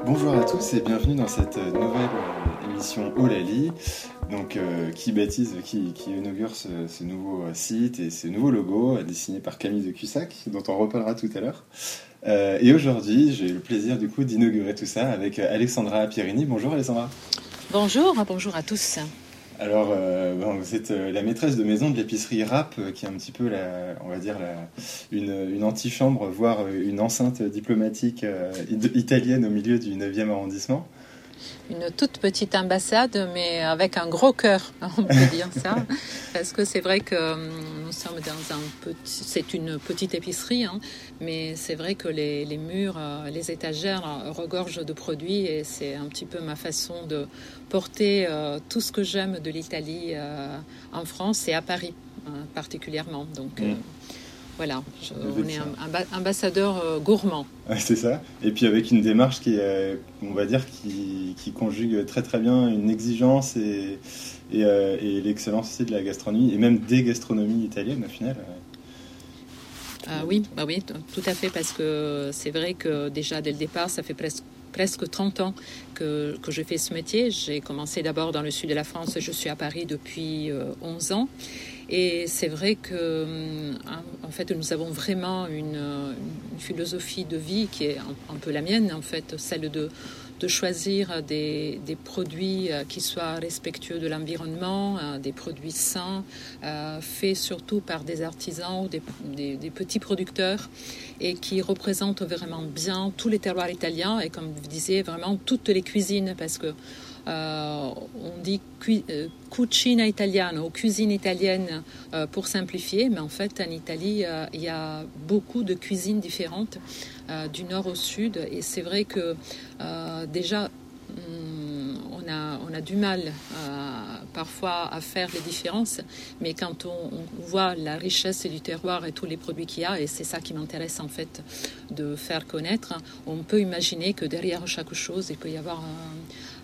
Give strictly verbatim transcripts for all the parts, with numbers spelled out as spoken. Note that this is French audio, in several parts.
Bonjour à tous et bienvenue dans cette nouvelle euh, émission Eulalie, donc euh, qui baptise, qui, qui inaugure ce, ce nouveau site et ce nouveau logo euh, dessiné par Camille de Cussac, dont on reparlera tout à l'heure. Euh, et aujourd'hui, j'ai le plaisir du coup d'inaugurer tout ça avec Alexandra Pierini. Bonjour Alexandra. Bonjour, bonjour à tous. Alors, euh, bon, vous êtes euh, la maîtresse de maison de l'épicerie Rapp, euh, qui est un petit peu, la, on va dire, la, une, une antichambre, voire une enceinte diplomatique euh, italienne au milieu du neuvième arrondissement. Une toute petite ambassade, mais avec un gros cœur, on peut dire ça. Parce que c'est vrai que nous sommes dans un petit... C'est une petite épicerie, hein, mais c'est vrai que les, les murs, les étagères regorgent de produits et c'est un petit peu ma façon de porter euh, tout ce que j'aime de l'Italie euh, en France et à Paris euh, particulièrement. Donc... Mmh. Euh, Voilà, je, on est un, un ambassadeur euh, gourmand. Ouais, c'est ça. Et puis avec une démarche qui, est, on va dire, qui, qui conjugue très très bien une exigence et, et, euh, et l'excellence aussi de la gastronomie, et même des gastronomies italiennes au final. Ah oui, bah oui, tout à fait, parce que c'est vrai que déjà dès le départ, ça fait presque presque trente ans que, que je fais ce métier. J'ai commencé d'abord dans le sud de la France, je suis à Paris depuis euh, onze ans. Et c'est vrai que, en fait, nous avons vraiment une, une philosophie de vie qui est un, un peu la mienne, en fait, celle de, de choisir des, des produits qui soient respectueux de l'environnement, des produits sains, euh, faits surtout par des artisans ou des, des, des petits producteurs et qui représentent vraiment bien tous les terroirs italiens et, comme vous disiez, vraiment toutes les cuisines, parce que Euh, on dit cu- euh, cucina italiana ou cuisine italienne euh, pour simplifier, mais en fait en Italie euh, il y a beaucoup de cuisines différentes euh, du nord au sud, et c'est vrai que euh, déjà hum, on a, on a du mal euh, parfois à faire les différences, mais quand on, on voit la richesse du terroir et tous les produits qu'il y a, et c'est ça qui m'intéresse en fait de faire connaître, on peut imaginer que derrière chaque chose il peut y avoir un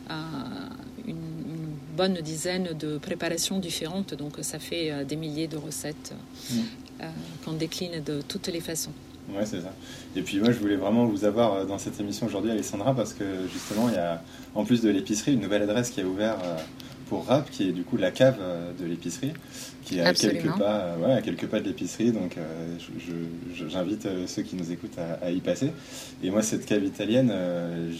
Une, une bonne dizaine de préparations différentes, donc ça fait des milliers de recettes mmh. euh, qu'on décline de toutes les façons. Ouais, c'est ça. Et puis moi, je voulais vraiment vous avoir dans cette émission aujourd'hui, Alexandra, parce que justement, il y a, en plus de l'épicerie, une nouvelle adresse qui a ouvert pour Rapp, qui est du coup la cave de l'épicerie, qui est à quelques pas, ouais, à quelques pas de l'épicerie. Donc, euh, je, je, j'invite ceux qui nous écoutent à, à y passer. Et moi, cette cave italienne, euh,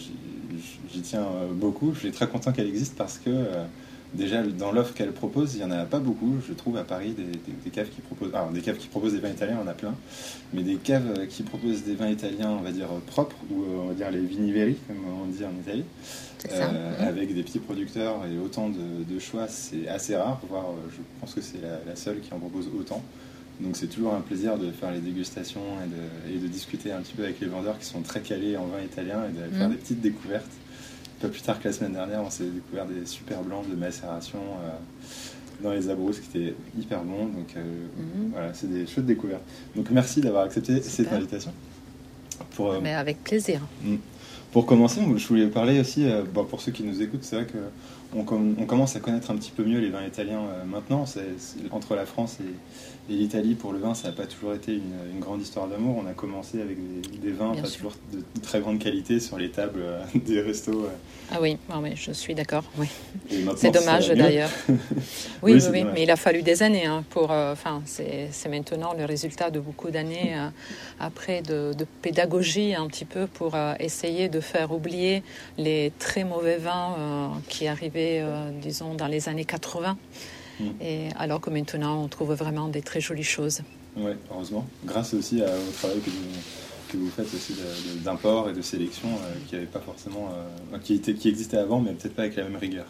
j'y tiens beaucoup. Je suis très content qu'elle existe parce que euh, déjà dans l'offre qu'elle propose, il n'y en a pas beaucoup. Je trouve à Paris des, des, des caves qui proposent, alors des caves qui proposent des vins italiens, on en a plein, mais des caves qui proposent des vins italiens, on va dire propres, ou on va dire les viniveri, comme on dit en Italie, euh, mmh. avec des petits producteurs et autant de, de choix, c'est assez rare. Voire, je pense que c'est la, la seule qui en propose autant. Donc c'est toujours un plaisir de faire les dégustations et de, et de discuter un petit peu avec les vendeurs qui sont très calés en vin italien et de mmh. faire des petites découvertes. Pas plus tard que la semaine dernière, on s'est découvert des super blancs de macération euh, dans les Abrousses qui étaient hyper bons. Donc euh, mmh. voilà, c'est des chouettes découvertes. Donc merci d'avoir accepté super. cette invitation. Pour, euh, Mais avec plaisir. Mmh. Pour commencer, je voulais parler aussi, euh, bon, pour ceux qui nous écoutent, c'est vrai que on, com- on commence à connaître un petit peu mieux les vins italiens euh, maintenant. C'est, c'est, entre la France et, et l'Italie, pour le vin, ça n'a pas toujours été une, une grande histoire d'amour. On a commencé avec des, des vins Bien pas sûr. toujours de, de très grande qualité sur les tables euh, des restos. Euh. Ah oui, ah oui, je suis d'accord. Oui. C'est dommage d'ailleurs. oui, oui, oui, oui mais il a fallu des années hein, pour. Enfin, euh, c'est, c'est maintenant le résultat de beaucoup d'années euh, après de, de pédagogie un petit peu pour euh, essayer de faire oublier les très mauvais vins euh, qui arrivaient, euh, disons, dans les années quatre-vingts. Mmh. Et alors que maintenant, on trouve vraiment des très jolies choses. Oui, heureusement. Grâce aussi à, au travail que vous, que vous faites aussi de, de, d'import et de sélection euh, qui avait pas forcément, euh, qui, était, qui existait avant, mais peut-être pas avec la même rigueur.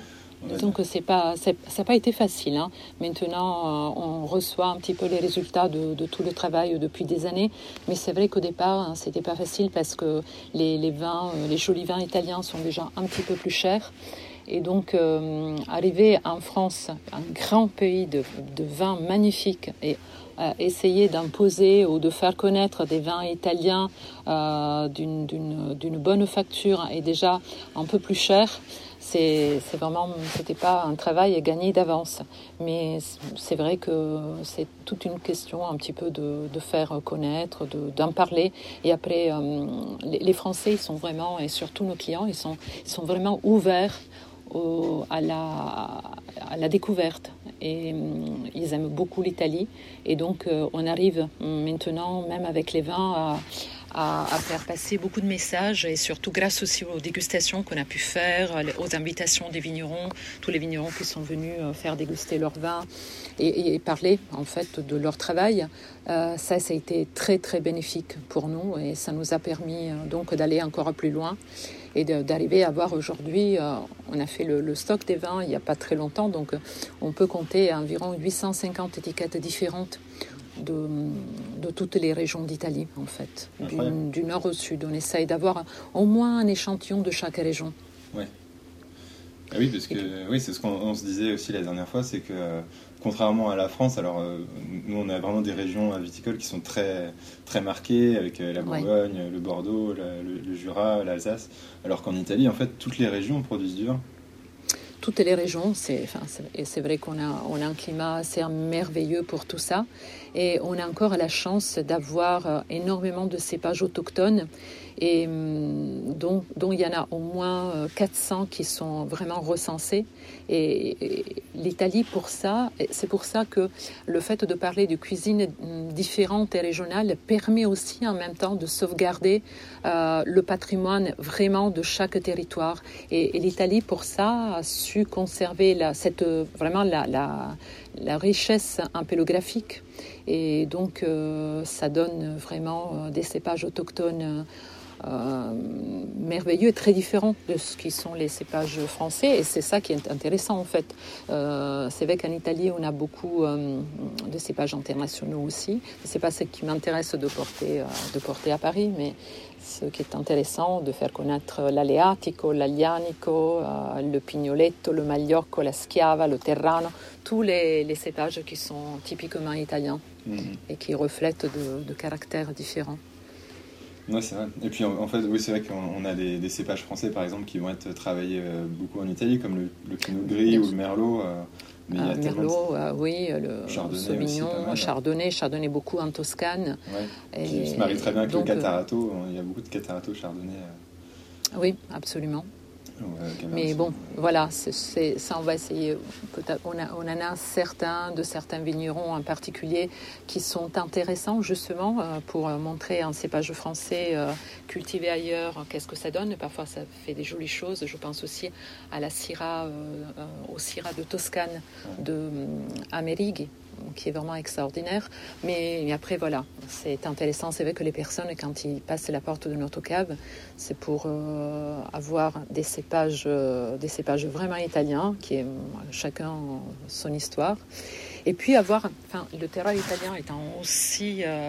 Donc c'est pas, c'est, ça n'a pas été facile. Hein. Maintenant, euh, on reçoit un petit peu les résultats de, de tout le travail depuis des années. Mais c'est vrai qu'au départ, hein, c'était pas facile parce que les, les vins, euh, les jolis vins italiens sont déjà un petit peu plus chers. Et donc, euh, arriver en France, un grand pays de, de vins magnifiques et euh, essayer d'imposer ou de faire connaître des vins italiens euh, d'une, d'une, d'une bonne facture et déjà un peu plus cher, c'est, c'est vraiment, c'était pas un travail gagné d'avance. Mais c'est vrai que c'est toute une question un petit peu de, de faire connaître, de, d'en parler. Et après, euh, les, les Français, ils sont vraiment, et surtout nos clients, ils sont, ils sont vraiment ouverts au, à, la, à la découverte. Et euh, ils aiment beaucoup l'Italie. Et donc, euh, on arrive maintenant, même avec les vins, à À, à faire passer beaucoup de messages et surtout grâce aussi aux dégustations qu'on a pu faire, aux invitations des vignerons, tous les vignerons qui sont venus faire déguster leur vin et, et parler en fait de leur travail. Euh, ça, ça a été très très bénéfique pour nous et ça nous a permis donc d'aller encore plus loin et de, d'arriver à voir aujourd'hui, euh, on a fait le, le stock des vins il n'y a pas très longtemps, donc on peut compter environ huit cent cinquante étiquettes différentes De, de toutes les régions d'Italie, en fait, du, du nord au sud. On essaye d'avoir au moins un échantillon de chaque région. Ouais. Ah oui, parce que oui, c'est ce qu'on on se disait aussi la dernière fois, c'est que euh, contrairement à la France, alors euh, nous on a vraiment des régions viticoles qui sont très très marquées avec euh, la Bourgogne, ouais. le Bordeaux, la, le, le Jura, l'Alsace, alors qu'en Italie, en fait, toutes les régions produisent du vin. Toutes les régions, c'est, enfin, c'est, c'est vrai qu'on a, on a un climat assez merveilleux pour tout ça. Et on a encore la chance d'avoir énormément de cépages autochtones, et dont, dont il y en a au moins quatre cents qui sont vraiment recensés. Et, et l'Italie, pour ça, c'est pour ça que le fait de parler de cuisines différentes et régionales permet aussi en même temps de sauvegarder euh, le patrimoine vraiment de chaque territoire. Et, et l'Italie, pour ça, a su conserver la, cette, vraiment la, la, la richesse impélographique. Et donc, euh, ça donne vraiment euh, des cépages autochtones euh, merveilleux et très différents de ce qui sont les cépages français. Et c'est ça qui est intéressant, en fait. Euh, c'est vrai qu'en Italie, on a beaucoup euh, de cépages internationaux aussi. C'est pas ce qui m'intéresse de porter, euh, de porter à Paris, mais ce qui est intéressant, de faire connaître l'Aleatico, l'Aglianico, euh, le Pignoletto, le Magliocco, la Schiava, le Terrano, tous les, les cépages qui sont typiquement italiens mmh. et qui reflètent de, de caractères différents. Oui, c'est vrai. Et puis en, en fait, oui, c'est vrai qu'on a des, des cépages français, par exemple, qui vont être travaillés euh, beaucoup en Italie, comme le, le Pinot Gris ou le Merlot. Euh, mais euh, Merlot, de... euh, oui, le Sauvignon, Chardonnay, Chardonnay beaucoup en Toscane. Ouais, et qui se marie très bien avec donc, le Catarato. Il y a beaucoup de Catarato Chardonnay. Euh... Oui, absolument. Ouais, mais bon, voilà, c'est, c'est, ça on va essayer. Peut-être, on, a, on en a certains, de certains vignerons en particulier, qui sont intéressants justement euh, pour montrer un cépage français euh, cultivé ailleurs, qu'est-ce que ça donne. Parfois ça fait des jolies choses. Je pense aussi à la Syrah, euh, euh, au Syrah de Toscane de euh, Amerighi, qui est vraiment extraordinaire. Mais, mais après, voilà, c'est intéressant. C'est vrai que les personnes, quand ils passent la porte de notre cave, c'est pour euh, avoir des cépages, euh, des cépages vraiment italiens, qui est chacun son histoire. Et puis avoir, enfin, le terroir italien étant aussi euh,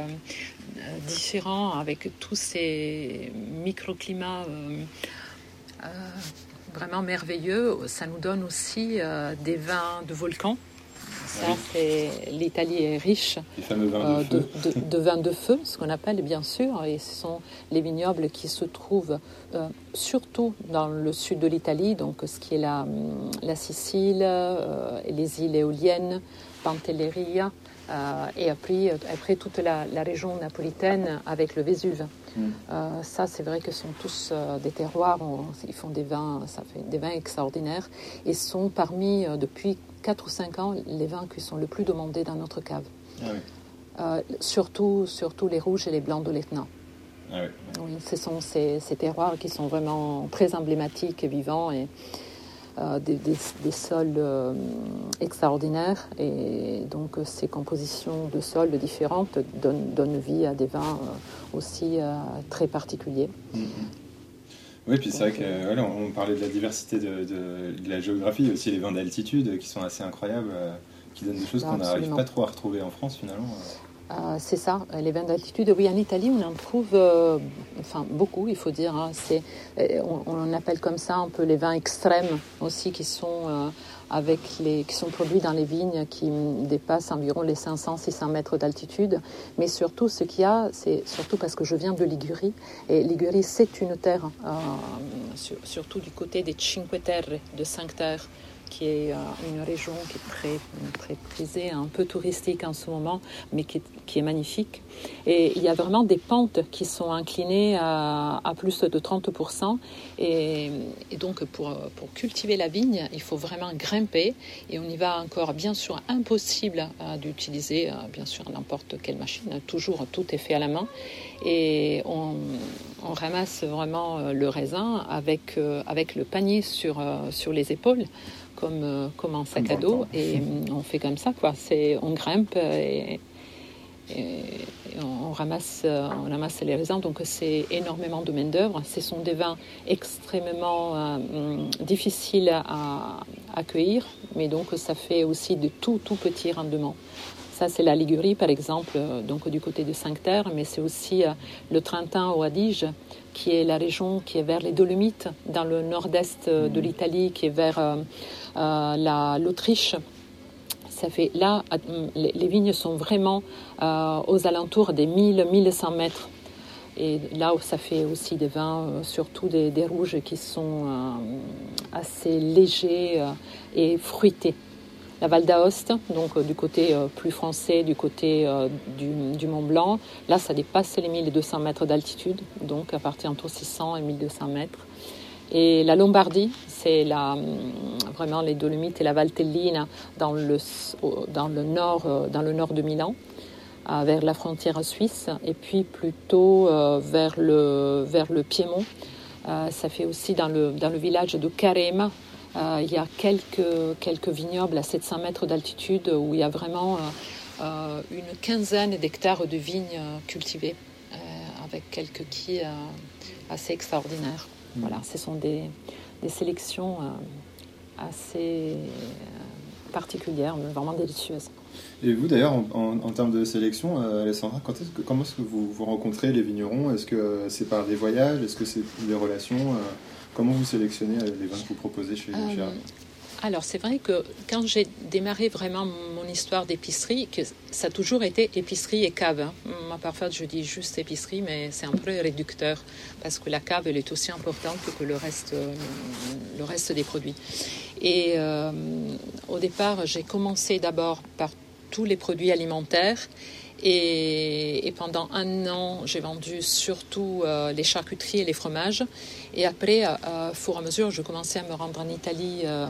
différent avec tous ces microclimats euh, euh, vraiment merveilleux, ça nous donne aussi euh, des vins de volcan. Ça, c'est, l'Italie est riche les fameux vins de, euh, de, de, de vins de feu, ce qu'on appelle bien sûr, et ce sont les vignobles qui se trouvent euh, surtout dans le sud de l'Italie, donc ce qui est la, la Sicile, euh, les îles éoliennes, Pantelleria, euh, et après, après toute la, la région napolitaine avec le Vésuve. Mm. Euh, ça, c'est vrai que ce sont tous euh, des terroirs, on, ils font des vins, ça fait des vins extraordinaires, et sont parmi, euh, depuis quatre ou cinq ans, les vins qui sont le plus demandés dans notre cave. Ah oui. euh, surtout, surtout les rouges et les blancs de l'Etna. Ah oui. Oui, ce sont ces, ces terroirs qui sont vraiment très emblématiques et vivants, et euh, des, des, des sols euh, extraordinaires, et donc ces compositions de sols différentes donnent, donnent vie à des vins euh, aussi euh, très particuliers. Mm-hmm. Oui, puis c'est vrai que voilà, on parlait de la diversité de, de, de la géographie, il y a aussi les vins d'altitude qui sont assez incroyables, euh, qui donnent des choses bah, qu'on n'arrive pas trop à retrouver en France finalement. Euh, c'est ça, les vins d'altitude. Oui, en Italie, on en trouve euh, enfin, beaucoup, il faut dire. Hein. C'est, on, on appelle comme ça un peu les vins extrêmes aussi, qui sont, euh, avec les, qui sont produits dans les vignes qui dépassent environ les cinq cents à six cents mètres d'altitude. Mais surtout, ce qu'il y a, c'est surtout parce que je viens de Ligurie. Et Ligurie, c'est une terre, euh, sur, surtout du côté des Cinque Terre, de cinq terres, qui est une région qui est très, très prisée, un peu touristique en ce moment, mais qui est, qui est magnifique. Et il y a vraiment des pentes qui sont inclinées à, à plus de trente pour cent. Et, et donc, pour, pour cultiver la vigne, il faut vraiment grimper. Et on y va encore, bien sûr, impossible euh, d'utiliser, euh, bien sûr, n'importe quelle machine. Toujours, tout est fait à la main. Et on, on ramasse vraiment le raisin avec, euh, avec le panier sur, euh, sur les épaules. Comme, euh, comme un sac à dos, et on fait comme ça, quoi. C'est, on grimpe et, et, et on, ramasse, on ramasse les raisins, donc c'est énormément de main-d'œuvre. Ce sont des vins extrêmement euh, difficiles à, à cueillir, mais donc ça fait aussi de tout, tout petits rendements. Ça, c'est la Ligurie, par exemple, donc du côté de cinq terres, mais c'est aussi euh, le Trentin au Adige, qui est la région qui est vers les Dolomites, dans le nord-est de l'Italie, qui est vers euh, euh, la, l'Autriche. Ça fait, là, les, les vignes sont vraiment euh, aux alentours des mille à mille cent mètres. Et là, ça fait aussi des vins, euh, surtout des, des rouges qui sont euh, assez légers euh, et fruités. La Val d'Aoste, donc euh, du côté euh, plus français, du côté euh, du, du Mont Blanc, là ça dépasse les mille deux cents mètres d'altitude, donc à partir entre six cents et mille deux cents mètres. Et la Lombardie, c'est la, vraiment les Dolomites et la Valtellina dans le, dans le, nord, euh, dans le nord de Milan, euh, vers la frontière suisse, et puis plutôt euh, vers, le, vers le Piémont. Euh, ça fait aussi dans le, dans le village de Carema. Euh, il y a quelques, quelques vignobles à sept cents mètres d'altitude où il y a vraiment euh, euh, une quinzaine d'hectares de vignes euh, cultivées euh, avec quelques quilles euh, assez extraordinaires. Mmh. Voilà, ce sont des, des sélections euh, assez euh, particulières, mais vraiment délicieuses. Et vous d'ailleurs, en, en, en termes de sélection, euh, Alessandra, quand est-ce que, comment est-ce que vous, vous rencontrez les vignerons ? Est-ce que c'est par des voyages ? Est-ce que c'est des relations ? euh, Comment vous sélectionnez les vins que vous proposez chez, euh, chez Rab ? Alors, c'est vrai que quand j'ai démarré vraiment mon histoire d'épicerie, que ça a toujours été épicerie et cave. Hein. Moi, parfois, je dis juste épicerie, mais c'est un peu réducteur parce que la cave, elle est aussi importante que le reste, le reste des produits. Et euh, au départ, j'ai commencé d'abord par tous les produits alimentaires. Et, et pendant un an, j'ai vendu surtout euh, les charcuteries et les fromages. Et après, euh, au fur et à mesure, je commençais à me rendre en Italie euh,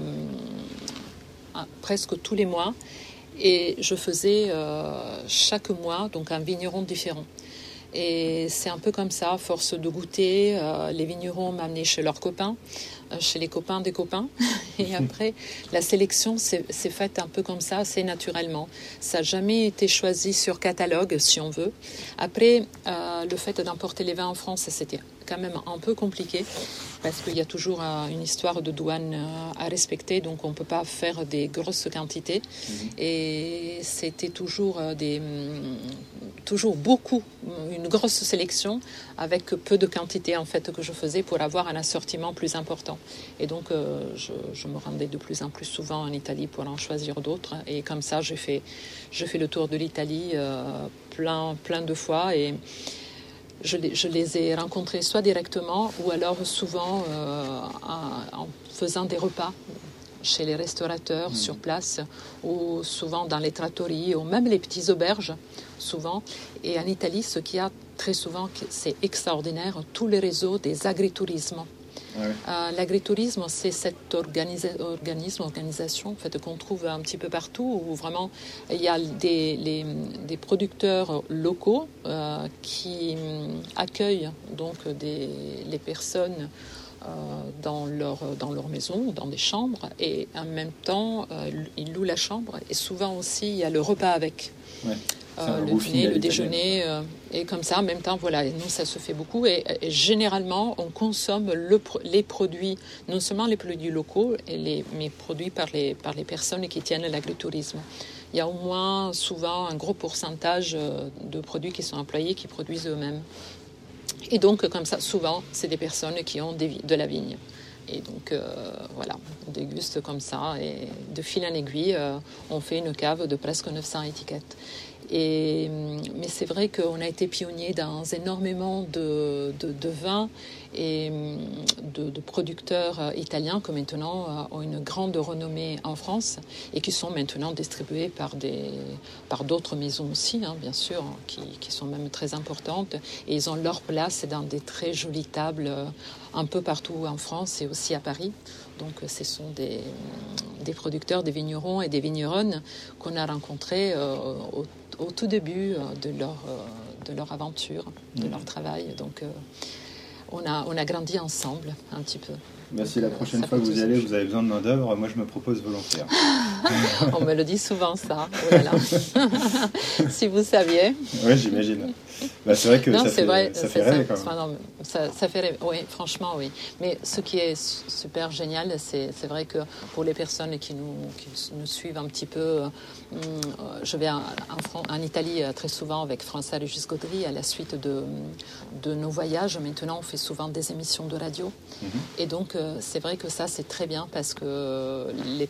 presque tous les mois. Et je faisais euh, chaque mois donc un vigneron différent. Et c'est un peu comme ça, à force de goûter, euh, les vignerons m'amenaient chez leurs copains, euh, chez les copains des copains. Et après, la sélection s'est, s'est faite un peu comme ça, assez naturellement. Ça n'a jamais été choisi sur catalogue, si on veut. Après, euh, le fait d'emporter les vins en France, c'était quand même un peu compliqué parce qu'il y a toujours euh, une histoire de douane euh, à respecter, donc on ne peut pas faire des grosses quantités. Mmh. Et c'était toujours, euh, des, toujours beaucoup, une grosse sélection avec peu de quantité en fait que je faisais pour avoir un assortiment plus important. Et donc euh, je, je me rendais de plus en plus souvent en Italie pour en choisir d'autres. Et comme ça, j'ai fait, j'ai fait le tour de l'Italie euh, plein, plein de fois et Je les, je les ai rencontrés soit directement ou alors souvent euh, en, en faisant des repas chez les restaurateurs mmh. sur place ou souvent dans les trattorie ou même les petits auberges souvent. Et en Italie, ce qu'il y a très souvent, c'est extraordinaire, tous les réseaux des agritourismes. Ouais. Euh, l'agritourisme, c'est cet organisa- organisme, organisation en fait, qu'on trouve un petit peu partout où vraiment il y a des, les, des producteurs locaux euh, qui accueillent donc des, les personnes euh, dans, leur, dans leur maison, dans des chambres et en même temps euh, ils louent la chambre et souvent aussi il y a le repas avec. Ouais. Euh, le dîner, le déjeuner, euh, et comme ça, en même temps, voilà, nous, ça se fait beaucoup. Et, et généralement, on consomme le, les produits, non seulement les produits locaux, et les, mais produits par les, par les personnes qui tiennent l'agritourisme. Il il y a au moins souvent un gros pourcentage de produits qui sont employés, qui produisent eux-mêmes. Et donc, comme ça, souvent, c'est des personnes qui ont des, de la vigne. Et donc, euh, voilà, on déguste comme ça. Et de fil en aiguille, euh, on fait une cave de presque neuf cents étiquettes. Et, mais c'est vrai qu'on a été pionnier dans énormément de, de, de vins et de, de producteurs italiens qui maintenant ont une grande renommée en France et qui sont maintenant distribués par, des, par d'autres maisons aussi, hein, bien sûr, qui, qui sont même très importantes. Et ils ont leur place dans des très jolies tables un peu partout en France et aussi à Paris. Donc ce sont des, des producteurs, des vignerons et des vigneronnes qu'on a rencontrés euh, au, au tout début de leur, de leur aventure, de leur travail. Donc euh, on a, on a grandi ensemble un petit peu. Bah, si la prochaine fois que vous y allez, vous avez besoin de main d'œuvre, moi je me propose volontaire. On me le dit souvent ça. Oh là là. Si vous saviez. Oui, j'imagine. Bah, c'est vrai que non, ça, fait, vrai, ça fait rêver quand même. Non, ça, ça fait rêver, oui, franchement, oui. Mais ce qui est super génial, c'est, c'est vrai que pour les personnes qui nous, qui nous suivent un petit peu, euh, je vais en, en, en Italie très souvent avec François-Régis Gaudry à la suite de, de nos voyages. Maintenant, on fait souvent des émissions de radio. Mm-hmm. Et donc, euh, c'est vrai que ça, c'est très bien parce que les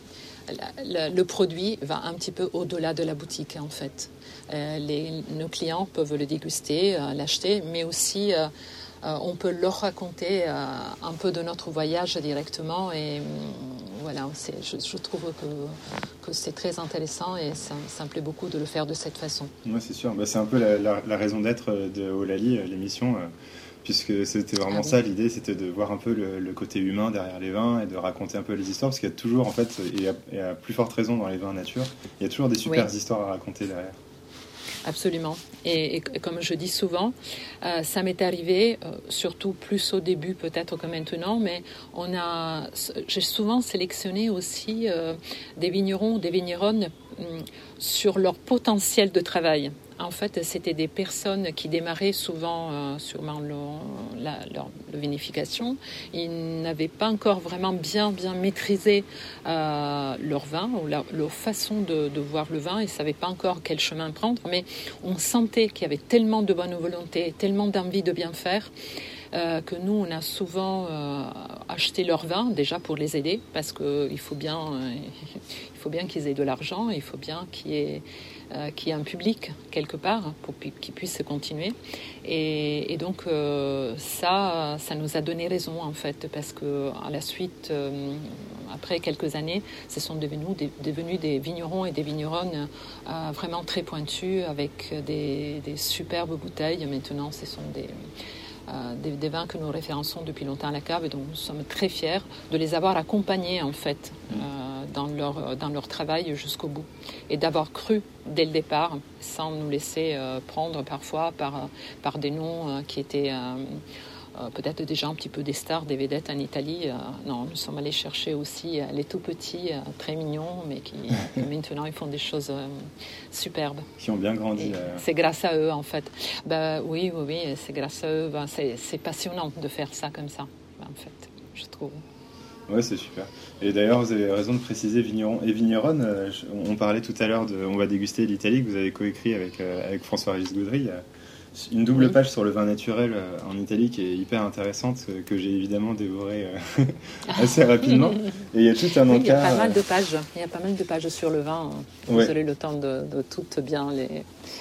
Le, le produit va un petit peu au-delà de la boutique, en fait. Euh, les, nos clients peuvent le déguster, euh, l'acheter, mais aussi euh, euh, on peut leur raconter euh, un peu de notre voyage directement. Et euh, voilà, c'est, je, je trouve que, que c'est très intéressant et ça, ça me plaît beaucoup de le faire de cette façon. Oui, c'est sûr. Bah, c'est un peu la, la, la raison d'être de Eulalie, l'émission. Euh... puisque c'était vraiment ah, ça, oui. L'idée, c'était de voir un peu le, le côté humain derrière les vins et de raconter un peu les histoires, parce qu'il y a toujours, en fait, et à, et à plus forte raison dans les vins nature, il y a toujours des super oui. histoires à raconter derrière. Absolument. Et, et comme je dis souvent, euh, ça m'est arrivé, euh, surtout plus au début peut-être que maintenant, mais on a, j'ai souvent sélectionné aussi euh, des vignerons, des vigneronnes euh, sur leur potentiel de travail. En fait, c'était des personnes qui démarraient souvent euh, sûrement leur, la, leur, leur vinification. Ils n'avaient pas encore vraiment bien, bien maîtrisé euh, leur vin ou leur, leur façon de, de voir le vin. Ils ne savaient pas encore quel chemin prendre. Mais on sentait qu'il y avait tellement de bonne volonté, tellement d'envie de bien faire, euh, que nous, on a souvent euh, acheté leur vin, déjà pour les aider, parce qu'il faut bien, euh, il faut bien qu'ils aient de l'argent, il faut bien qu'il y ait... Euh, qui est un public quelque part pour qu'ils puissent continuer et, et donc euh, ça ça nous a donné raison en fait parce que à la suite euh, après quelques années ce sont devenus des, devenus des vignerons et des vigneronnes euh, vraiment très pointus avec des, des superbes bouteilles. Maintenant ce sont des Euh, des, des vins que nous référençons depuis longtemps à la cave et dont nous sommes très fiers de les avoir accompagnés en fait euh, dans, leur, dans leur travail jusqu'au bout et d'avoir cru dès le départ sans nous laisser euh, prendre parfois par, par des noms euh, qui étaient euh, euh, peut-être déjà un petit peu des stars, des vedettes en Italie. Euh, non, nous sommes allés chercher aussi euh, les tout petits, euh, très mignons, mais qui euh, maintenant ils font des choses euh, superbes. Qui ont bien grandi. Euh... C'est grâce à eux en fait. Ben, oui, oui, oui, c'est grâce à eux. Ben, c'est, c'est passionnant de faire ça comme ça, ben, en fait, je trouve. Ouais, c'est super. Et d'ailleurs, vous avez raison de préciser vigneron et vigneronne. Euh, on parlait tout à l'heure de On va déguster l'Italie que vous avez coécrit avec, euh, avec François-Régis Gaudry. Il y a une double oui. page sur le vin naturel euh, en Italie qui est hyper intéressante, euh, que j'ai évidemment dévoré euh, assez rapidement. Et il y a tout un oui, encart. Il y a pas mal de pages. Il y a pas mal de pages sur le vin. Vous ouais. aurez le temps de, de toutes bien les...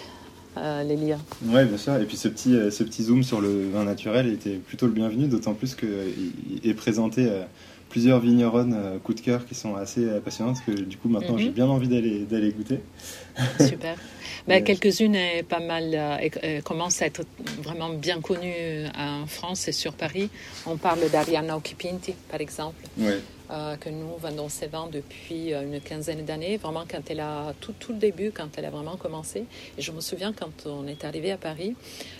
Euh, les lire. Oui, bien sûr. Et puis ce petit, euh, ce petit zoom sur le vin naturel était plutôt le bienvenu, d'autant plus qu'il euh, est présenté euh, plusieurs vigneronnes euh, coup de cœur qui sont assez euh, passionnantes, que du coup maintenant mm-hmm. j'ai bien envie d'aller, d'aller goûter. Super. Ben, quelques-unes est pas mal, euh, et, commencent à être vraiment bien connues en France et sur Paris. On parle d'Arianna Occhipinti, par exemple. Oui. Euh, que nous vendons ses vins depuis une quinzaine d'années, vraiment quand elle a tout, tout le début, quand elle a vraiment commencé. Et je me souviens quand on est arrivé à Paris,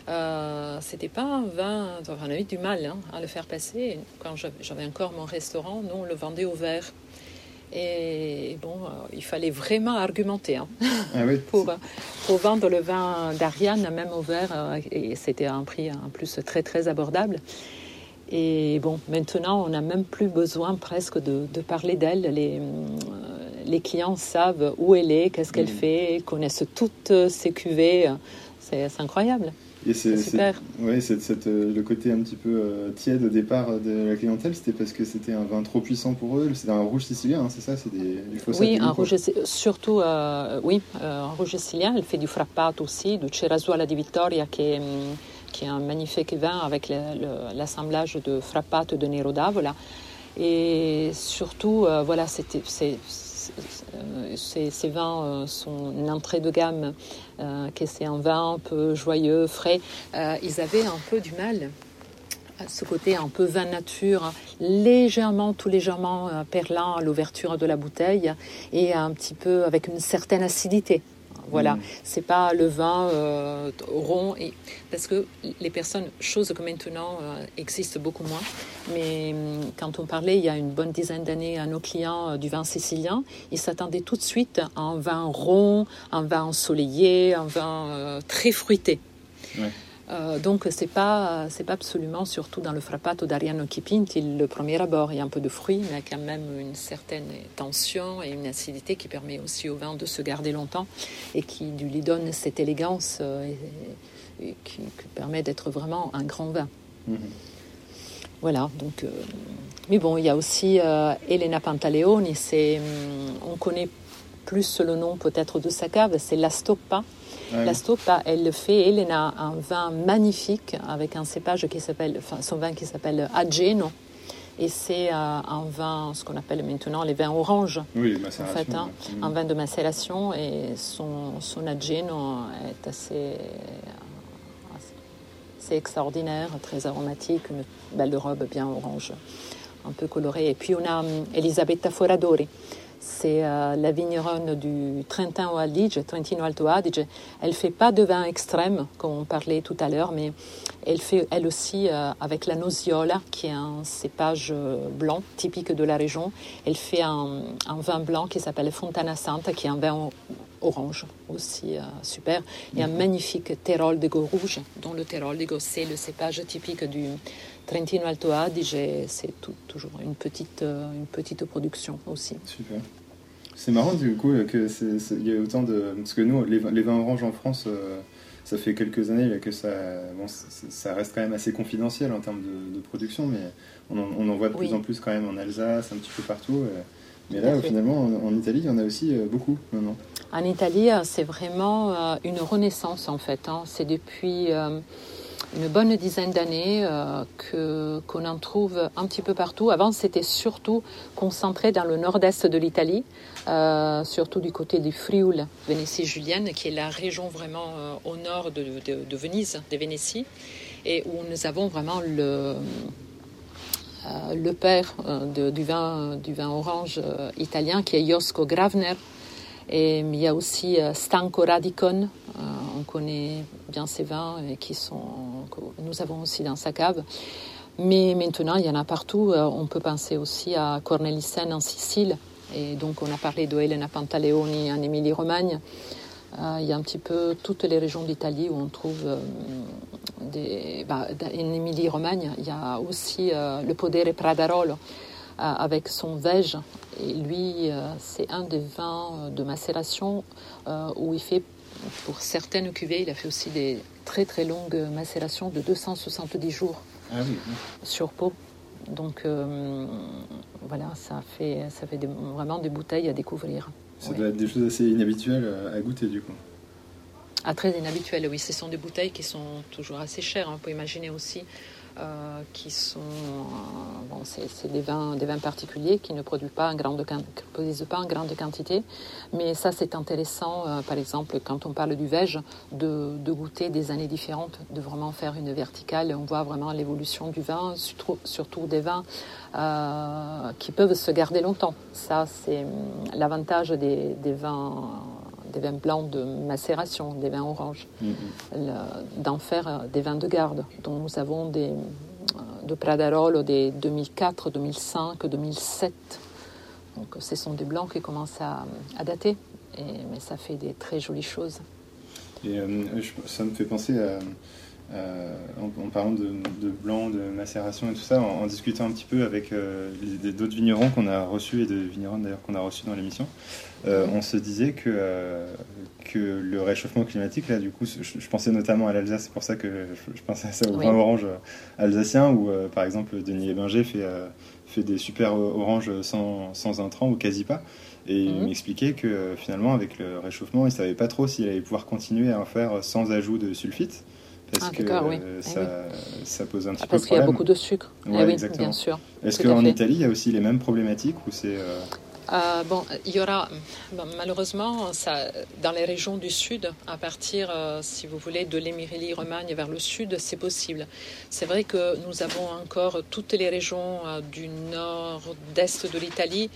euh, c'était pas un vin, enfin, on a eu du mal hein, à le faire passer. Quand j'avais encore mon restaurant, nous on le vendait au verre. Et bon, euh, il fallait vraiment argumenter hein, ah oui. pour, pour vendre le vin d'Ariane, même au verre, euh, et c'était à un prix en plus très très abordable. Et bon, maintenant, on n'a même plus besoin presque de, de parler d'elle. Les, les clients savent où elle est, qu'est-ce qu'elle mmh. fait, connaissent toutes ses cuvées. C'est, c'est incroyable. Et c'est, c'est super. C'est, ouais, c'est, c'est, euh, le côté un petit peu euh, tiède au départ de la clientèle, c'était parce que c'était un vin trop puissant pour eux. C'était un rouge sicilien, hein, c'est ça, c'est des, du Fossati. Oui, un rouge, surtout, euh, oui, euh, un rouge sicilien. Elle fait du frappato aussi, du Cerasuola di Vittoria, qui est, qui est un magnifique vin avec le, le, l'assemblage de frappato et de Nero d'Avola. Et surtout, euh, voilà, c'était, c'est, Ces, ces vins sont une entrée de gamme, euh, que c'est un vin un peu joyeux, frais. Euh, ils avaient un peu du mal à ce côté un peu vin nature, légèrement, tout légèrement euh, perlant à l'ouverture de la bouteille et un petit peu avec une certaine acidité. Voilà, mmh. c'est pas le vin euh, rond, et, parce que les personnes, chose que maintenant euh, existe beaucoup moins, mais quand on parlait il y a une bonne dizaine d'années à nos clients euh, du vin sicilien, ils s'attendaient tout de suite à un vin rond, un vin ensoleillé, un vin euh, très fruité. Ouais. Euh, donc c'est pas c'est pas absolument, surtout dans le frappato d'Ariano Chipinti, le premier abord. Il y a un peu de fruits, mais quand même une certaine tension et une acidité qui permet aussi au vin de se garder longtemps et qui lui donne cette élégance euh, et, et qui, qui permet d'être vraiment un grand vin. Mm-hmm. Voilà, donc euh, mais bon, il y a aussi euh, Elena Pantaleoni, c'est on connaît plus le nom peut-être de sa cave, c'est La Stoppa. Ah oui. La Stoppa, elle le fait, Elena, un vin magnifique avec un cépage qui s'appelle, enfin son vin qui s'appelle Ageno, et c'est euh, un vin, ce qu'on appelle maintenant les vins oranges. Oui, les macérations. En fait, hein, mmh. un vin de macération, et son, son Ageno est assez, assez extraordinaire, très aromatique, une belle robe bien orange, un peu colorée. Et puis on a Elisabetta Foradori. C'est euh, la vigneronne du Trentino Adige, Trentino Alto Adige. Elle ne fait pas de vin extrême, comme on parlait tout à l'heure, mais elle fait elle aussi euh, avec la Nosiola, qui est un cépage blanc typique de la région. Elle fait un, un vin blanc qui s'appelle Fontana Santa, qui est un vin orange aussi euh, super. Et un magnifique Terol de Gau rouge, dont le Terol de Gau, c'est le cépage typique du Trentino Alto Adige. C'est tout, toujours une petite, euh, une petite production aussi. Super. C'est marrant du coup que c'est, c'est, il y a autant de... Parce que nous, les, les vins oranges en France, euh, ça fait quelques années que ça, bon, ça, ça reste quand même assez confidentiel en termes de, de production, mais on en, on en voit de oui. plus en plus quand même en Alsace, un petit peu partout. Euh, mais là, finalement, en, en Italie, il y en a aussi euh, beaucoup maintenant. En Italie, c'est vraiment euh, une renaissance en fait. Hein. C'est depuis... Euh, une bonne dizaine d'années euh, que, qu'on en trouve un petit peu partout. Avant, c'était surtout concentré dans le nord-est de l'Italie, euh, surtout du côté du Frioul, Vénétie julienne, qui est la région vraiment euh, au nord de, de, de Venise, des Vénéties, et où nous avons vraiment le, euh, le père euh, de, du, vin, du vin orange euh, italien, qui est Josco Gravner. Et il y a aussi euh, Stanco Radicon, euh, on connaît bien ces vins et qui sont, que nous avons aussi dans sa cave. Mais maintenant, il y en a partout. Euh, on peut penser aussi à Cornelissen en Sicile. Et donc, on a parlé de Elena Pantaleoni en Émilie-Romagne. Euh, il y a un petit peu toutes les régions d'Italie où on trouve euh, des... Bah, en Émilie-Romagne, il y a aussi euh, le Podere Pradarolo, avec son Vège, et lui euh, c'est un des vins de macération euh, où il fait, pour certaines cuvées, il a fait aussi des très très longues macérations de deux cent soixante-dix jours ah oui, oui. sur pot. Donc euh, voilà, ça fait, ça fait des, vraiment des bouteilles à découvrir. Ça oui. doit être des choses assez inhabituelles à goûter du coup. Ah, très inhabituelles, oui. Ce sont des bouteilles qui sont toujours assez chères. On peut imaginer aussi Euh, qui sont euh, bon, c'est, c'est des vins, des vins particuliers qui ne produisent pas en grande, produisent pas en grande quantité, mais ça c'est intéressant, euh, par exemple quand on parle du Vège, de, de goûter des années différentes, de vraiment faire une verticale. On voit vraiment l'évolution du vin, surtout, surtout des vins euh, qui peuvent se garder longtemps. Ça c'est l'avantage des, des vins des vins blancs de macération, des vins oranges, mmh. le, d'en faire des vins de garde, dont nous avons des de Pradarolo des deux mille quatre, deux mille cinq, deux mille sept. Donc ce sont des blancs qui commencent à, à dater, et, mais ça fait des très jolies choses. Et euh, ça me fait penser à... euh, en, en parlant de, de blanc, de macération et tout ça, en, en discutant un petit peu avec euh, les, d'autres vignerons qu'on a reçus et de vignerons d'ailleurs qu'on a reçus dans l'émission, euh, on se disait que, euh, que le réchauffement climatique, là du coup, je, je pensais notamment à l'Alsace, c'est pour ça que je, je pensais à ça au Oui. vin orange alsacien, où euh, par exemple Denis Ebinger fait, euh, fait des super oranges sans, sans intrants ou quasi pas. Et il Mhm. m'expliquait que euh, finalement, avec le réchauffement, il ne savait pas trop s'il allait pouvoir continuer à en faire sans ajout de sulfite, parce Ah, que d'accord, oui. euh, Eh ça, oui. ça pose un petit Ah, peu parce qu'il y a problème. beaucoup de sucre. Ouais, Eh oui, exactement. bien sûr. Est-ce Tout à qu'en fait. Italie, il y a aussi les mêmes problématiques ou c'est euh... Euh, bon, il y aura bon, malheureusement ça, dans les régions du sud, à partir, euh, si vous voulez, de l'Émilie-Romagne vers le sud, c'est possible. C'est vrai que nous avons encore toutes les régions euh, du nord-est de l'Italie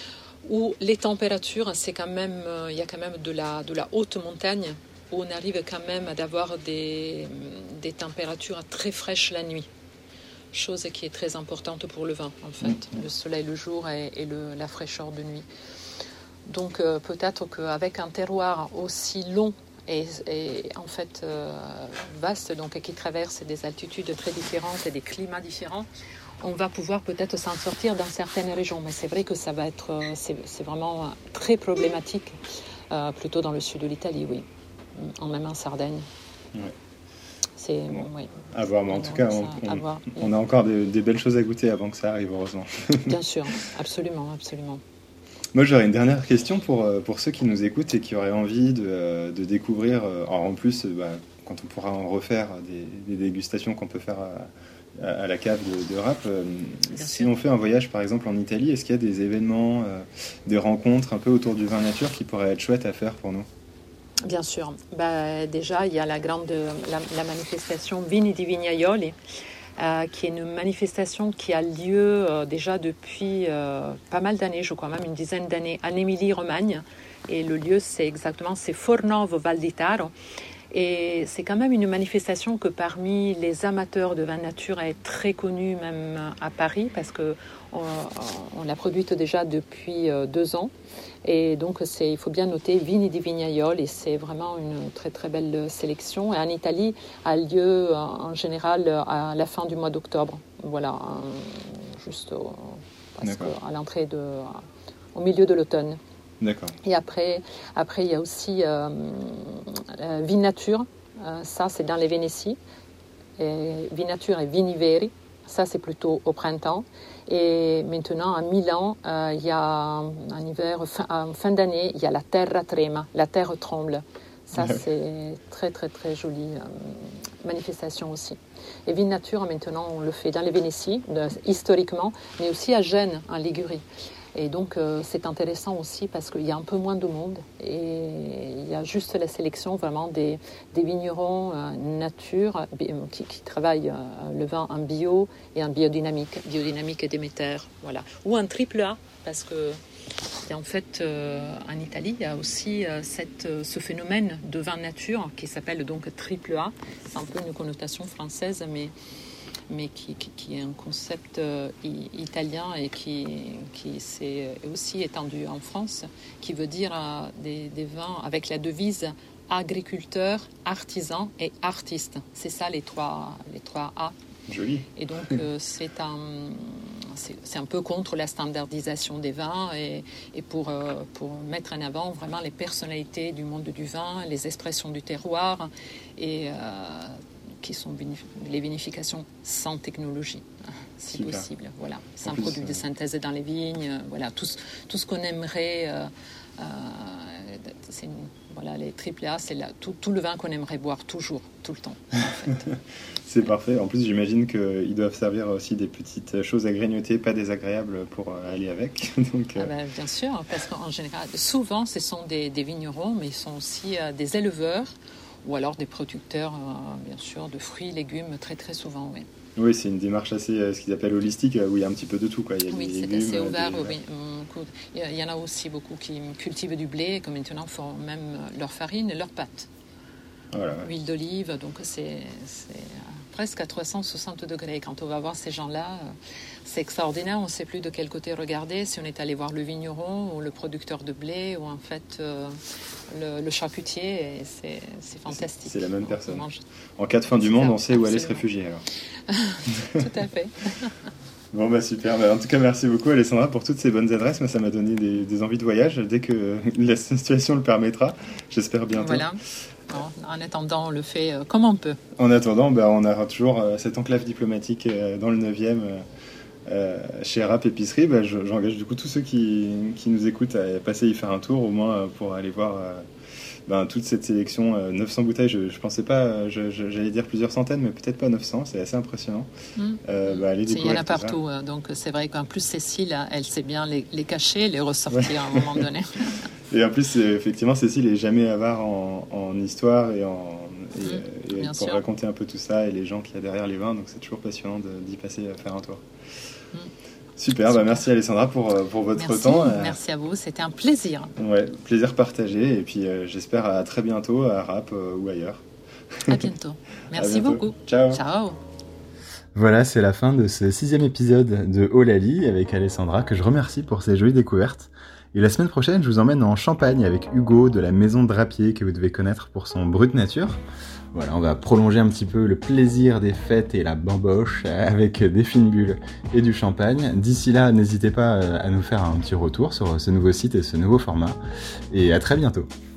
où les températures, c'est quand même, euh, il y a quand même de la, de la haute montagne où on arrive quand même à avoir des, des températures très fraîches la nuit. Chose qui est très importante pour le vin, en fait, mmh. le soleil le jour et, et le, la fraîcheur de nuit. Donc euh, peut-être qu'avec un terroir aussi long et, et en fait euh, vaste, donc qui traverse des altitudes très différentes et des climats différents, on va pouvoir peut-être s'en sortir dans certaines régions. Mais c'est vrai que ça va être, c'est, c'est vraiment très problématique, euh, plutôt dans le sud de l'Italie, oui, en même en Sardaigne. Ouais. C'est, bon, oui. À voir, mais en tout cas, on, on, on a encore des, des belles choses à goûter avant que ça arrive, heureusement. Bien sûr, absolument, absolument. Moi, j'aurais une dernière question pour, pour ceux qui nous écoutent et qui auraient envie de, de découvrir, alors en plus, bah, quand on pourra en refaire des, des dégustations qu'on peut faire à, à la cave de, de Rapp, si on fait un voyage, par exemple, en Italie, est-ce qu'il y a des événements, euh, des rencontres un peu autour du vin nature qui pourraient être chouettes à faire pour nous ? Bien sûr. Bah, déjà, il y a la grande la, la manifestation Vini di Vignaioli, euh, qui est une manifestation qui a lieu euh, déjà depuis euh, pas mal d'années, je crois même une dizaine d'années, en Émilie-Romagne. Et le lieu, c'est exactement, c'est Fornovo Val di Taro. Et c'est quand même une manifestation que parmi les amateurs de vin nature est très connue même à Paris, parce qu'on on l'a produite déjà depuis euh, deux ans. Et donc, c'est, il faut bien noter Vini di Vignaioli, et c'est vraiment une très très belle sélection. Et en Italie, a lieu en général à la fin du mois d'octobre. Voilà, juste au, parce que à l'entrée de, au milieu de l'automne. D'accord. Et après, après, il y a aussi euh, euh, Vinature, euh, ça c'est dans les Vénéties. Et Vinature et Vini Veri, ça c'est plutôt au printemps. Et maintenant, à Milan, euh, il y a en hiver, fin, en fin d'année, il y a la Terra Trema, la terre tremble. Ça, c'est très, très, très jolie euh, manifestation aussi. Et Vinature, maintenant, on le fait dans les Vénéties, de, historiquement, mais aussi à Gênes, en Ligurie. Et donc, euh, c'est intéressant aussi parce qu'il y a un peu moins de monde et il y a juste la sélection vraiment des, des vignerons euh, nature qui, qui travaillent euh, le vin en bio et en biodynamique, biodynamique et Déméter, voilà. Ou en triple A, parce que et en fait, euh, en Italie, il y a aussi euh, cette, euh, ce phénomène de vin nature qui s'appelle donc triple A. C'est un peu une connotation française, mais mais qui, qui, qui est un concept euh, italien et qui, qui s'est aussi étendu en France, qui veut dire euh, des, des vins avec la devise agriculteur, artisan et artiste. C'est ça les trois, les trois A. Joli. Et donc, euh, c'est, un, c'est, c'est un peu contre la standardisation des vins et, et pour, euh, pour mettre en avant vraiment les personnalités du monde du vin, les expressions du terroir et euh, qui sont les vinifications sans technologie, si Super. Possible, voilà, sans plus, produits euh... de synthèse dans les vignes, voilà, tout, tout ce qu'on aimerait, euh, euh, c'est une, voilà, les triple A, c'est la, tout, tout le vin qu'on aimerait boire toujours, tout le temps. En fait. C'est parfait. En plus, j'imagine qu'ils doivent servir aussi des petites choses à grignoter, pas désagréables pour aller avec. Donc, euh... ah ben, bien sûr, parce qu'en général, souvent, ce sont des, des vignerons, mais ils sont aussi euh, des éleveurs. Ou alors des producteurs, euh, bien sûr, de fruits, légumes, très très souvent, oui. Oui, c'est une démarche assez, euh, ce qu'ils appellent holistique, où il y a un petit peu de tout, quoi. Il y a oui, des c'est légumes, assez ouvert, des... oui. Il y en a aussi beaucoup qui cultivent du blé, qui maintenant font même leur farine et leurs pâtes. Voilà, ouais. Huile d'olive, donc c'est, c'est presque à trois cent soixante degrés. Quand on va voir ces gens-là, c'est extraordinaire. On ne sait plus de quel côté regarder, si on est allé voir le vigneron ou le producteur de blé ou en fait euh, le, le charcutier. Et c'est, c'est fantastique. C'est, c'est la même on, personne. On mange... En cas de fin du monde, on sait Absolument. où aller se réfugier alors. Tout à fait. Bon bah super, bah, en tout cas merci beaucoup Alessandra pour toutes ces bonnes adresses, moi ça m'a donné des, des envies de voyage dès que la situation le permettra, j'espère bientôt. Voilà, bon, en attendant on le fait euh, comme on peut. En attendant, bah, on aura toujours euh, cette enclave diplomatique euh, dans le neuvième euh, euh, chez Rapp Épicerie, bah, je, j'engage du coup tous ceux qui, qui nous écoutent à passer y faire un tour au moins euh, pour aller voir... Euh, Ben, toute cette sélection, euh, neuf cents bouteilles, je, je pensais pas, je, je, j'allais dire plusieurs centaines, mais peut-être pas neuf cents, c'est assez impressionnant. Mmh. Euh, bah, allez il y en a tout ça. partout, euh, donc c'est vrai qu'en plus Cécile, elle sait bien les, les cacher, les ressortir ouais. à un moment donné. Et en plus, effectivement, Cécile est jamais avare en, en histoire et, en, et, mmh, et pour sûr. raconter un peu tout ça et les gens qu'il y a derrière les vins, donc c'est toujours passionnant de, d'y passer à faire un tour. Mmh. Super, Super. Bah merci Alessandra pour, pour votre merci, temps. Merci à vous, c'était un plaisir. Ouais, plaisir partagé et puis euh, j'espère à très bientôt à Rapp euh, ou ailleurs. À bientôt. Merci à bientôt. beaucoup. Ciao. Ciao. Voilà, c'est la fin de ce sixième épisode de Eau-Lalie avec Alessandra que je remercie pour ses jolies découvertes. Et la semaine prochaine, je vous emmène en Champagne avec Hugo de la Maison Drapier que vous devez connaître pour son Brut Nature. Voilà, on va prolonger un petit peu le plaisir des fêtes et la bamboche avec des fines bulles et du champagne. D'ici là, n'hésitez pas à nous faire un petit retour sur ce nouveau site et ce nouveau format. Et à très bientôt.